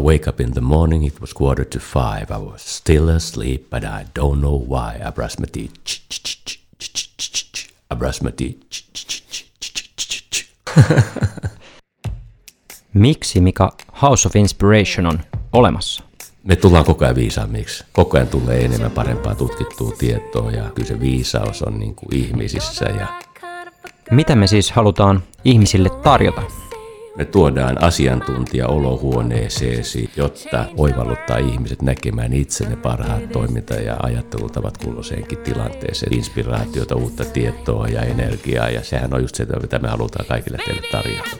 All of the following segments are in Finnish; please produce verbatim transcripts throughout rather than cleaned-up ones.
I wake up in the morning, it was quarter to five. I was still asleep, but I don't know why. I brush my teeth. I brush my teeth. Miksi, Mika, House of Inspiration on olemassa? Me tullaan koko ajan viisaammiksi. Koko ajan tulee enemmän parempaa tutkittua tietoa ja kyllä se viisaus on niin kuin ihmisissä. Ja mitä me siis halutaan ihmisille tarjota? Me tuodaan asiantuntija olohuoneeseesi, jotta oivalluttaa ihmiset näkemään itse ne parhaat toiminta- ja ajattelutavat kulloiseenkin tilanteeseen. Inspiraatiota, uutta tietoa ja energiaa, ja sehän on just se, mitä me halutaan kaikille teille tarjota.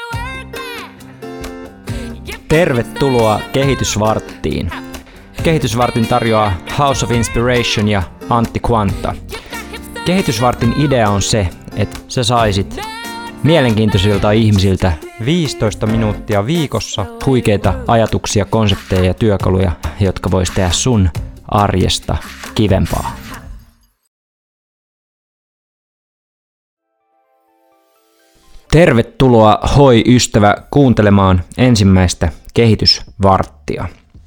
Tervetuloa Kehitysvarttiin. Kehitysvartin tarjoaa House of Inspiration ja Antti Quanta. Kehitysvartin idea on se, että sä saisit mielenkiintoisilta ihmisiltä viisitoista minuuttia viikossa huikeita ajatuksia, konsepteja ja työkaluja, jotka vois tehdä sun arjesta kivempaa. Tervetuloa, hoi ystävä, kuuntelemaan ensimmäistä kehitysvarttia.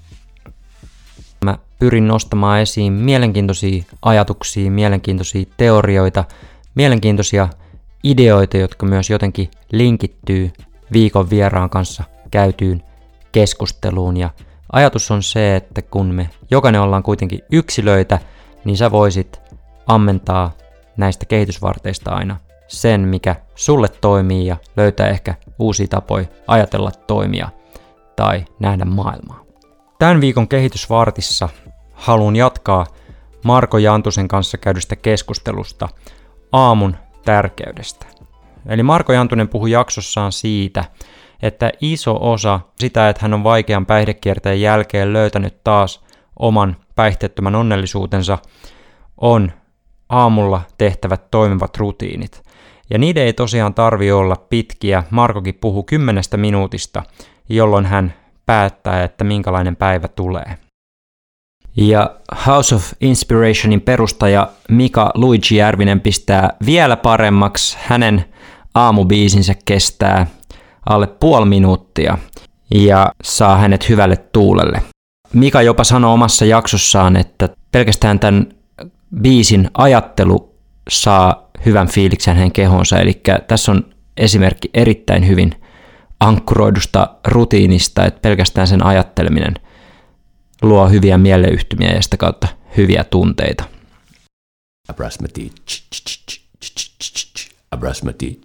Mä pyrin nostamaan esiin mielenkiintoisia ajatuksia, mielenkiintoisia teorioita, mielenkiintoisia ideoita, jotka myös jotenkin linkittyy viikon vieraan kanssa käytyyn keskusteluun. Ja ajatus on se, että kun me jokainen ollaan kuitenkin yksilöitä, niin sä voisit ammentaa näistä kehitysvarteista aina sen, mikä sulle toimii ja löytää ehkä uusia tapoja ajatella, toimia tai nähdä maailmaa. Tämän viikon kehitysvartissa haluan jatkaa Marko Jantusen kanssa käydystä keskustelusta aamun tärkeydestä. Eli Marko Jantunen puhui jaksossaan siitä, että iso osa sitä, että hän on vaikean päihdekierteen jälkeen löytänyt taas oman päihteettömän onnellisuutensa, on aamulla tehtävät toimivat rutiinit. Ja niiden ei tosiaan tarvitse olla pitkiä. Markokin puhuu kymmenestä minuutista, jolloin hän päättää, että minkälainen päivä tulee. Ja House of Inspirationin perustaja Mika Luigi Järvinen pistää vielä paremmaksi. Hänen aamubiisinsä kestää alle puoli minuuttia ja saa hänet hyvälle tuulelle. Mika jopa sanoi omassa jaksossaan, että pelkästään tämän biisin ajattelu saa hyvän fiiliksen hänen kehonsa. Eli tässä on esimerkki erittäin hyvin ankkuroidusta rutiinista, että pelkästään sen ajatteleminen luo hyviä mieleyhtymiä ja sitä kautta hyviä tunteita. I brush my teeth. I brush my teeth.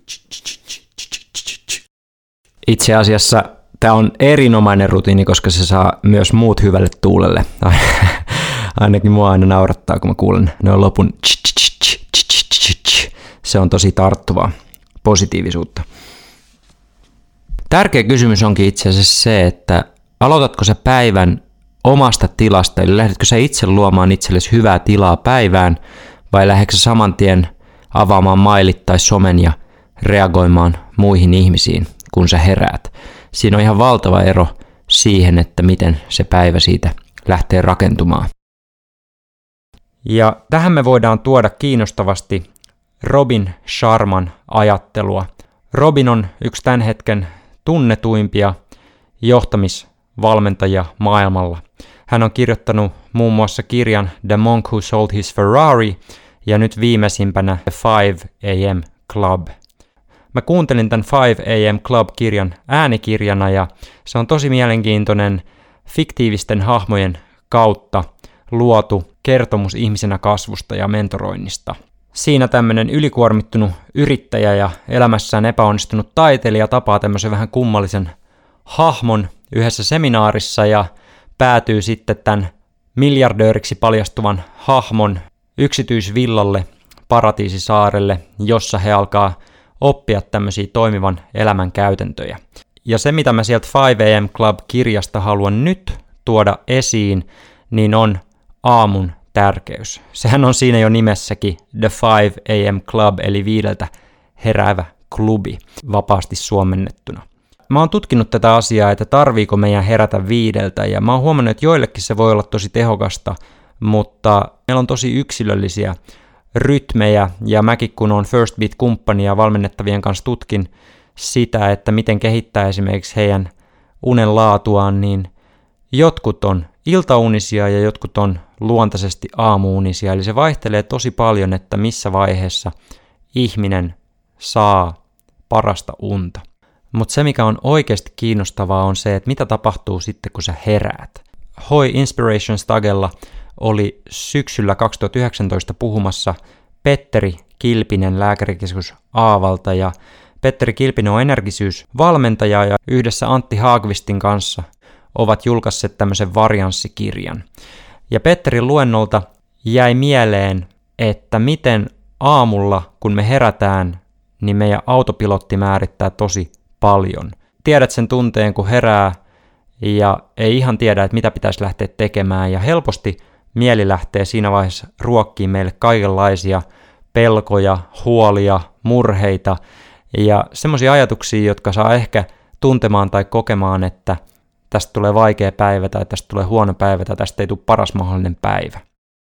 Itse asiassa tämä on erinomainen rutiini, koska se saa myös muut hyvälle tuulelle. Ainakin mua aina naurattaa, kun mä kuulen noin lopun. Se on tosi tarttuvaa positiivisuutta. Tärkeä kysymys onkin itse asiassa se, että aloitatko sä päivän omasta tilasta, eli lähdetkö sä itse luomaan itsellesi hyvää tilaa päivään, vai lähdetkö sä saman tien avaamaan mailit tai somen ja reagoimaan muihin ihmisiin, kun sä heräät. Siinä on ihan valtava ero siihen, että miten se päivä siitä lähtee rakentumaan. Ja tähän me voidaan tuoda kiinnostavasti Robin Sharman ajattelua. Robin on yksi tämän hetken tunnetuimpia johtamisvalmentajia maailmalla. Hän on kirjoittanut muun muassa kirjan The Monk Who Sold His Ferrari ja nyt viimeisimpänä The five a m Club. Mä kuuntelin tämän five a m Club-kirjan äänikirjana ja se on tosi mielenkiintoinen fiktiivisten hahmojen kautta luotu kertomus ihmisenä kasvusta ja mentoroinnista. Siinä tämmöinen ylikuormittunut yrittäjä ja elämässään epäonnistunut taiteilija tapaa tämmöisen vähän kummallisen hahmon yhdessä seminaarissa ja päätyy sitten tämän miljardööriksi paljastuvan hahmon yksityisvillalle Paratiisisaarelle, jossa he alkaa oppia tämmöisiä toimivan elämän käytäntöjä. Ja se, mitä mä sieltä five a m Club-kirjasta haluan nyt tuoda esiin, niin on aamun tärkeys. Sehän on siinä jo nimessäkin The five a m Club, eli viideltä heräävä klubi, vapaasti suomennettuna. Mä oon tutkinut tätä asiaa, että tarviiko meidän herätä viideltä, ja mä oon huomannut, että joillekin se voi olla tosi tehokasta, mutta meillä on tosi yksilöllisiä rytmejä, ja mäkin kun on First Beat-kumppani ja valmennettavien kanssa tutkin sitä, että miten kehittää esimerkiksi heidän unen laatuaan, niin Jotkut on iltaunisia ja jotkut on luontaisesti aamuunisia, eli se vaihtelee tosi paljon, että missä vaiheessa ihminen saa parasta unta. Mutta se, mikä on oikeasti kiinnostavaa, on se, että mitä tapahtuu sitten, kun sä heräät. Hoi Inspiration Stagella oli syksyllä kaksituhattayhdeksäntoista puhumassa Petteri Kilpinen Lääkärikeskus Aavalta, ja Petteri Kilpinen on energisyysvalmentaja ja yhdessä Antti Haagvistin kanssa ovat julkaisseet tämmöisen varianssikirjan. Ja Petterin luennolta jäi mieleen, että miten aamulla, kun me herätään, niin meidän autopilotti määrittää tosi paljon. Tiedät sen tunteen, kun herää ja ei ihan tiedä, että mitä pitäisi lähteä tekemään, ja helposti mieli lähtee siinä vaiheessa ruokkiin meille kaikenlaisia pelkoja, huolia, murheita ja semmoisia ajatuksia, jotka saa ehkä tuntemaan tai kokemaan, että tästä tulee vaikea päivä tai tästä tulee huono päivä tai tästä ei tule paras mahdollinen päivä.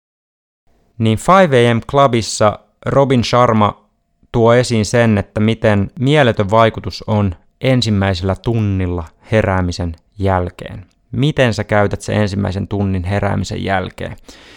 Niin viisi a m Clubissa Robin Sharma tuo esiin sen, että miten mieletön vaikutus on ensimmäisellä tunnilla heräämisen jälkeen. Miten sä käytät sen ensimmäisen tunnin heräämisen jälkeen.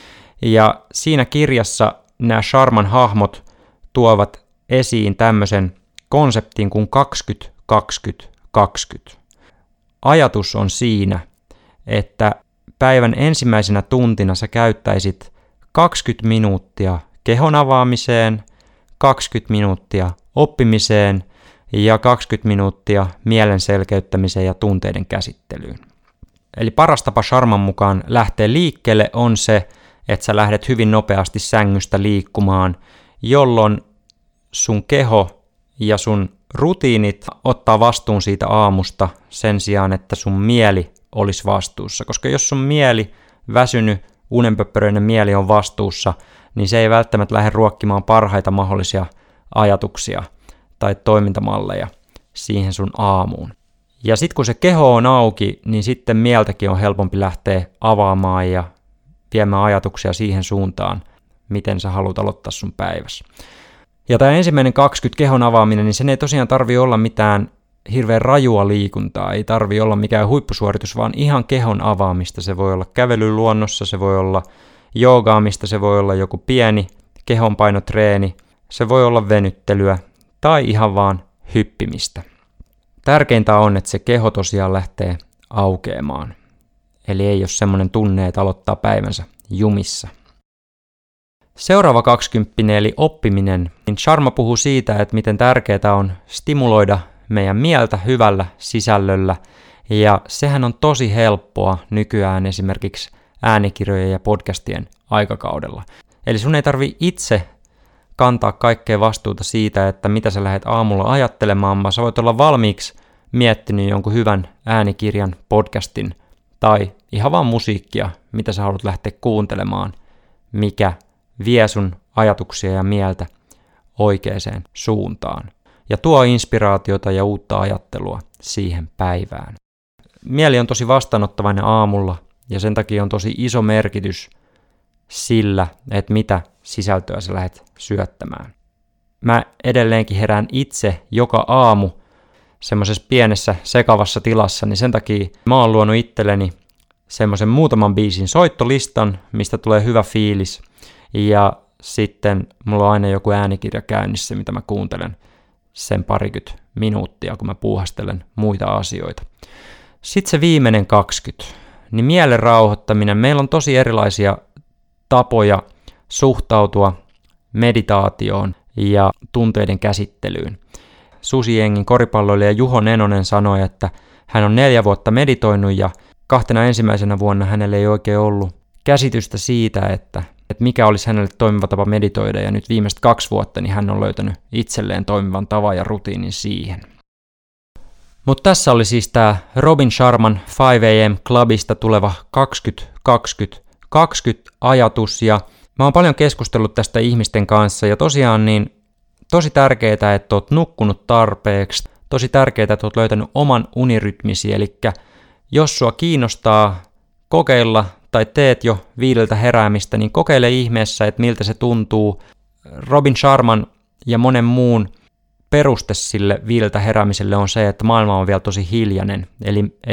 Ja siinä kirjassa nämä Sharman hahmot tuovat esiin tämmöisen konseptin kuin kaksikymmentä kaksikymmentä kaksikymmentä. Ajatus on siinä, että päivän ensimmäisenä tuntina sä käyttäisit kaksikymmentä minuuttia kehon avaamiseen, kaksikymmentä minuuttia oppimiseen ja kaksikymmentä minuuttia mielen selkeyttämiseen ja tunteiden käsittelyyn. Eli paras tapa Sharman mukaan lähteä liikkeelle on se, että sä lähdet hyvin nopeasti sängystä liikkumaan, jolloin sun keho ja sun rutiinit ottaa vastuun siitä aamusta sen sijaan, että sun mieli olisi vastuussa. Koska jos sun mieli, väsynyt, unenpöppöröinen mieli on vastuussa, niin se ei välttämättä lähde ruokkimaan parhaita mahdollisia ajatuksia tai toimintamalleja siihen sun aamuun. Ja sitten kun se keho on auki, niin sitten mieltäkin on helpompi lähteä avaamaan ja viemään ajatuksia siihen suuntaan, miten sä haluat aloittaa sun päivässä. Ja tämä ensimmäinen kaksikymmentä kehon avaaminen, niin sen ei tosiaan tarvitse olla mitään hirveän rajua liikuntaa, ei tarvitse olla mikään huippusuoritus, vaan ihan kehon avaamista. Se voi olla kävely luonnossa, se voi olla joogaamista, se voi olla joku pieni kehonpainotreeni, se voi olla venyttelyä tai ihan vaan hyppimistä. Tärkeintä on, että se keho tosiaan lähtee aukeamaan. Eli ei ole semmoinen tunne, että aloittaa päivänsä jumissa. Seuraava kaksikymppinen eli oppiminen. Niin Sharma puhuu siitä, että miten tärkeää on stimuloida meidän mieltä hyvällä sisällöllä. Ja sehän on tosi helppoa nykyään esimerkiksi äänikirjojen ja podcastien aikakaudella. Eli sun ei tarvitse itse kantaa kaikkea vastuuta siitä, että mitä sä lähdet aamulla ajattelemaan, vaan sä voit olla valmiiksi miettinyt jonkun hyvän äänikirjan, podcastin tai ihan vaan musiikkia, mitä sä haluat lähteä kuuntelemaan, mikä vie sun ajatuksia ja mieltä oikeaan suuntaan ja tuo inspiraatiota ja uutta ajattelua siihen päivään. Mieli on tosi vastaanottavainen aamulla ja sen takia on tosi iso merkitys sillä, että mitä sisältöä sä lähdet syöttämään. Mä edelleenkin herään itse joka aamu semmoisessa pienessä sekavassa tilassa, niin sen takia mä oon luonut itselleni semmoisen muutaman biisin soittolistan, mistä tulee hyvä fiilis, ja sitten mulla on aina joku äänikirja käynnissä, mitä mä kuuntelen sen parikymmentä minuuttia, kun mä puuhastelen muita asioita. Sitten se viimeinen kaksikymmentä, niin mielen rauhoittaminen. Meillä on tosi erilaisia tapoja suhtautua meditaatioon ja tunteiden käsittelyyn. Susijengin koripalloilija Juho Nenonen sanoi, että hän on neljä vuotta meditoinut ja kahtena ensimmäisenä vuonna hänelle ei oikein ollut käsitystä siitä, että, että mikä olisi hänelle toimiva tapa meditoida, ja nyt viimeiset kaksi vuotta niin hän on löytänyt itselleen toimivan tavan ja rutiinin siihen. Mutta tässä oli siis tämä Robin Sharman viisi a m Clubista tuleva kaksikymmentä kaksikymmentä kaksikymmentä ajatus, ja mä oon paljon keskustellut tästä ihmisten kanssa, ja tosiaan niin tosi tärkeää, että oot nukkunut tarpeeksi, tosi tärkeää, että oot löytänyt oman unirytmisi, eli jos sua kiinnostaa kokeilla tai teet jo viideltä heräämistä, niin kokeile ihmeessä, että miltä se tuntuu. Robin Sharman ja monen muun peruste sille viideltä heräämiselle on se, että maailma on vielä tosi hiljainen, eli ei ole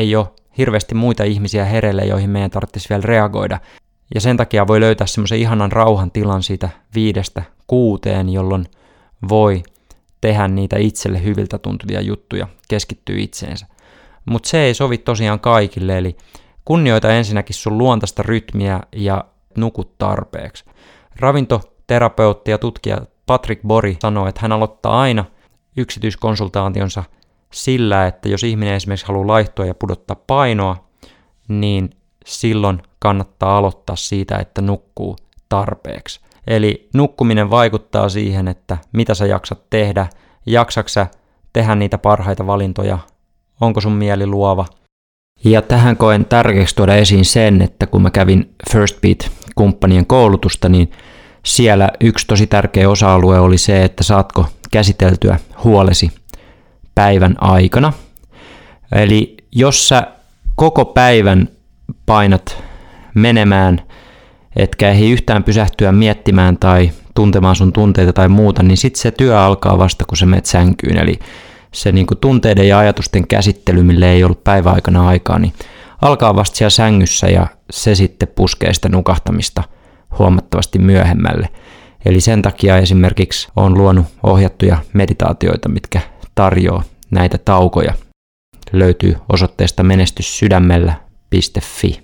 hirveästi muita ihmisiä hereille, joihin meidän tarvitsisi vielä reagoida. Ja sen takia voi löytää semmoisen ihanan rauhan tilan siitä viidestä kuuteen, jolloin voi tehdä niitä itselle hyviltä tuntuvia juttuja, keskittyy itseensä. Mutta se ei sovi tosiaan kaikille, eli kunnioita ensinnäkin sun luontaista rytmiä ja nuku tarpeeksi. Ravintoterapeutti ja tutkija Patrick Bori sanoo, että hän aloittaa aina yksityiskonsultaationsa sillä, että jos ihminen esimerkiksi haluaa laihtua ja pudottaa painoa, niin silloin kannattaa aloittaa siitä, että nukkuu tarpeeksi. Eli nukkuminen vaikuttaa siihen, että mitä sä jaksat tehdä, jaksatko sä tehdä niitä parhaita valintoja, onko sun mieli luova. Ja tähän koen tärkeäksi tuoda esiin sen, että kun mä kävin First Beat-kumppanien koulutusta, niin siellä yksi tosi tärkeä osa-alue oli se, että saatko käsiteltyä huolesi päivän aikana. Eli jos sä koko päivän painat menemään, etkä ehdi yhtään pysähtyä miettimään tai tuntemaan sun tunteita tai muuta, niin sitten se työ alkaa vasta, kun sä menet sänkyyn. Eli se niin kuin tunteiden ja ajatusten käsittely, mille ei ollut päivän aikana aikaa, niin alkaa vasta siellä sängyssä ja se sitten puskee sitä nukahtamista huomattavasti myöhemmälle. Eli sen takia esimerkiksi olen luonut ohjattuja meditaatioita, mitkä tarjoaa näitä taukoja. Löytyy osoitteesta menestyssydämellä piste fi.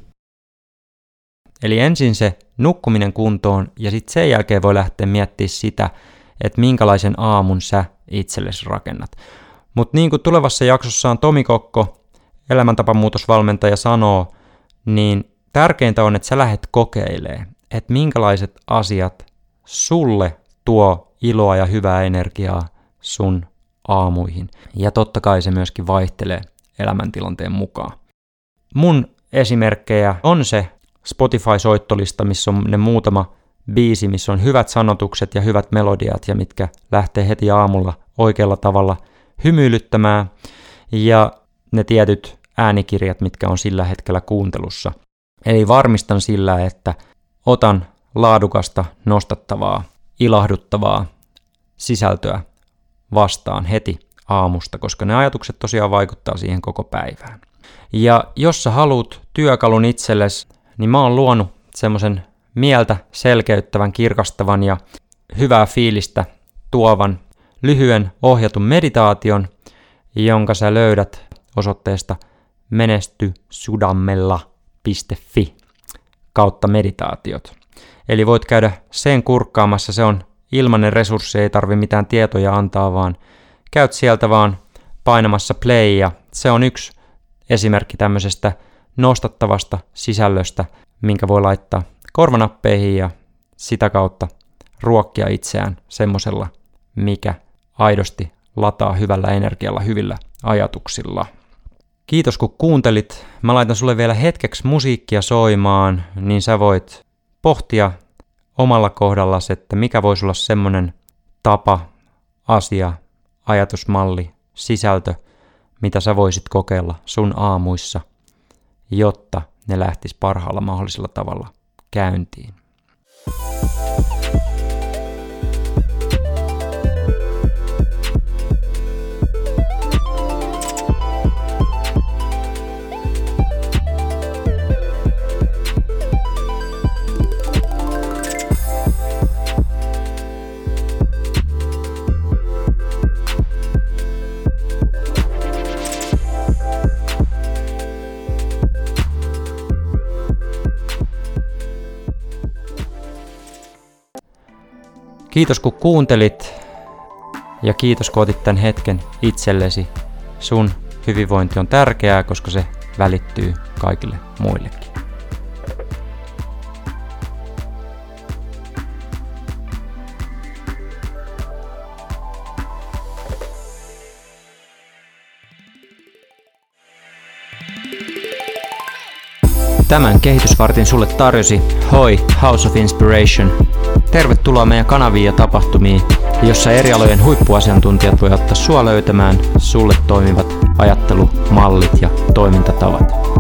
Eli ensin se nukkuminen kuntoon ja sitten sen jälkeen voi lähteä miettimään sitä, että minkälaisen aamun sä itsellesi rakennat. Mutta niin kuin tulevassa jaksossaan Tomi Kokko, elämäntapamuutosvalmentaja, sanoo, niin tärkeintä on, että sä lähdet kokeilemaan, että minkälaiset asiat sulle tuo iloa ja hyvää energiaa sun aamuihin. Ja totta kai se myöskin vaihtelee elämäntilanteen mukaan. Mun esimerkkejä on se Spotify-soittolista, missä on ne muutama biisi, missä on hyvät sanotukset ja hyvät melodiat ja mitkä lähtee heti aamulla oikealla tavalla hymyilyttämään, ja ne tietyt äänikirjat, mitkä on sillä hetkellä kuuntelussa. Eli varmistan sillä, että otan laadukasta, nostattavaa, ilahduttavaa sisältöä vastaan heti aamusta, koska ne ajatukset tosiaan vaikuttaa siihen koko päivään. Ja jos sä haluat työkalun itsellesi, niin mä oon luonut semmoisen mieltä selkeyttävän, kirkastavan ja hyvää fiilistä tuovan lyhyen ohjatun meditaation, jonka sä löydät osoitteesta menestysydämellä piste fi kautta meditaatiot. Eli voit käydä sen kurkkaamassa, se on ilmainen resurssi, ei tarvi mitään tietoja antaa, vaan käyt sieltä vaan painamassa play, ja se on yksi esimerkki tämmöisestä nostattavasta sisällöstä, minkä voi laittaa korvanappeihin ja sitä kautta ruokkia itseään semmosella, mikä aidosti lataa hyvällä energialla, hyvillä ajatuksilla. Kiitos kun kuuntelit. Mä laitan sulle vielä hetkeksi musiikkia soimaan, niin sä voit pohtia omalla kohdallasi, että mikä voisi olla semmoinen tapa, asia, ajatusmalli, sisältö, mitä sä voisit kokeilla sun aamuissa, jotta ne lähtis parhaalla mahdollisella tavalla käyntiin. Kiitos kun kuuntelit ja kiitos kun otit tämän hetken itsellesi. Sun hyvinvointi on tärkeää, koska se välittyy kaikille muillekin. Tämän kehitysvartin sulle tarjosi Hoi House of Inspiration. Tervetuloa meidän kanaviin ja tapahtumiin, jossa eri alojen huippuasiantuntijat voi ottaa sua löytämään sulle toimivat ajattelumallit ja toimintatavat.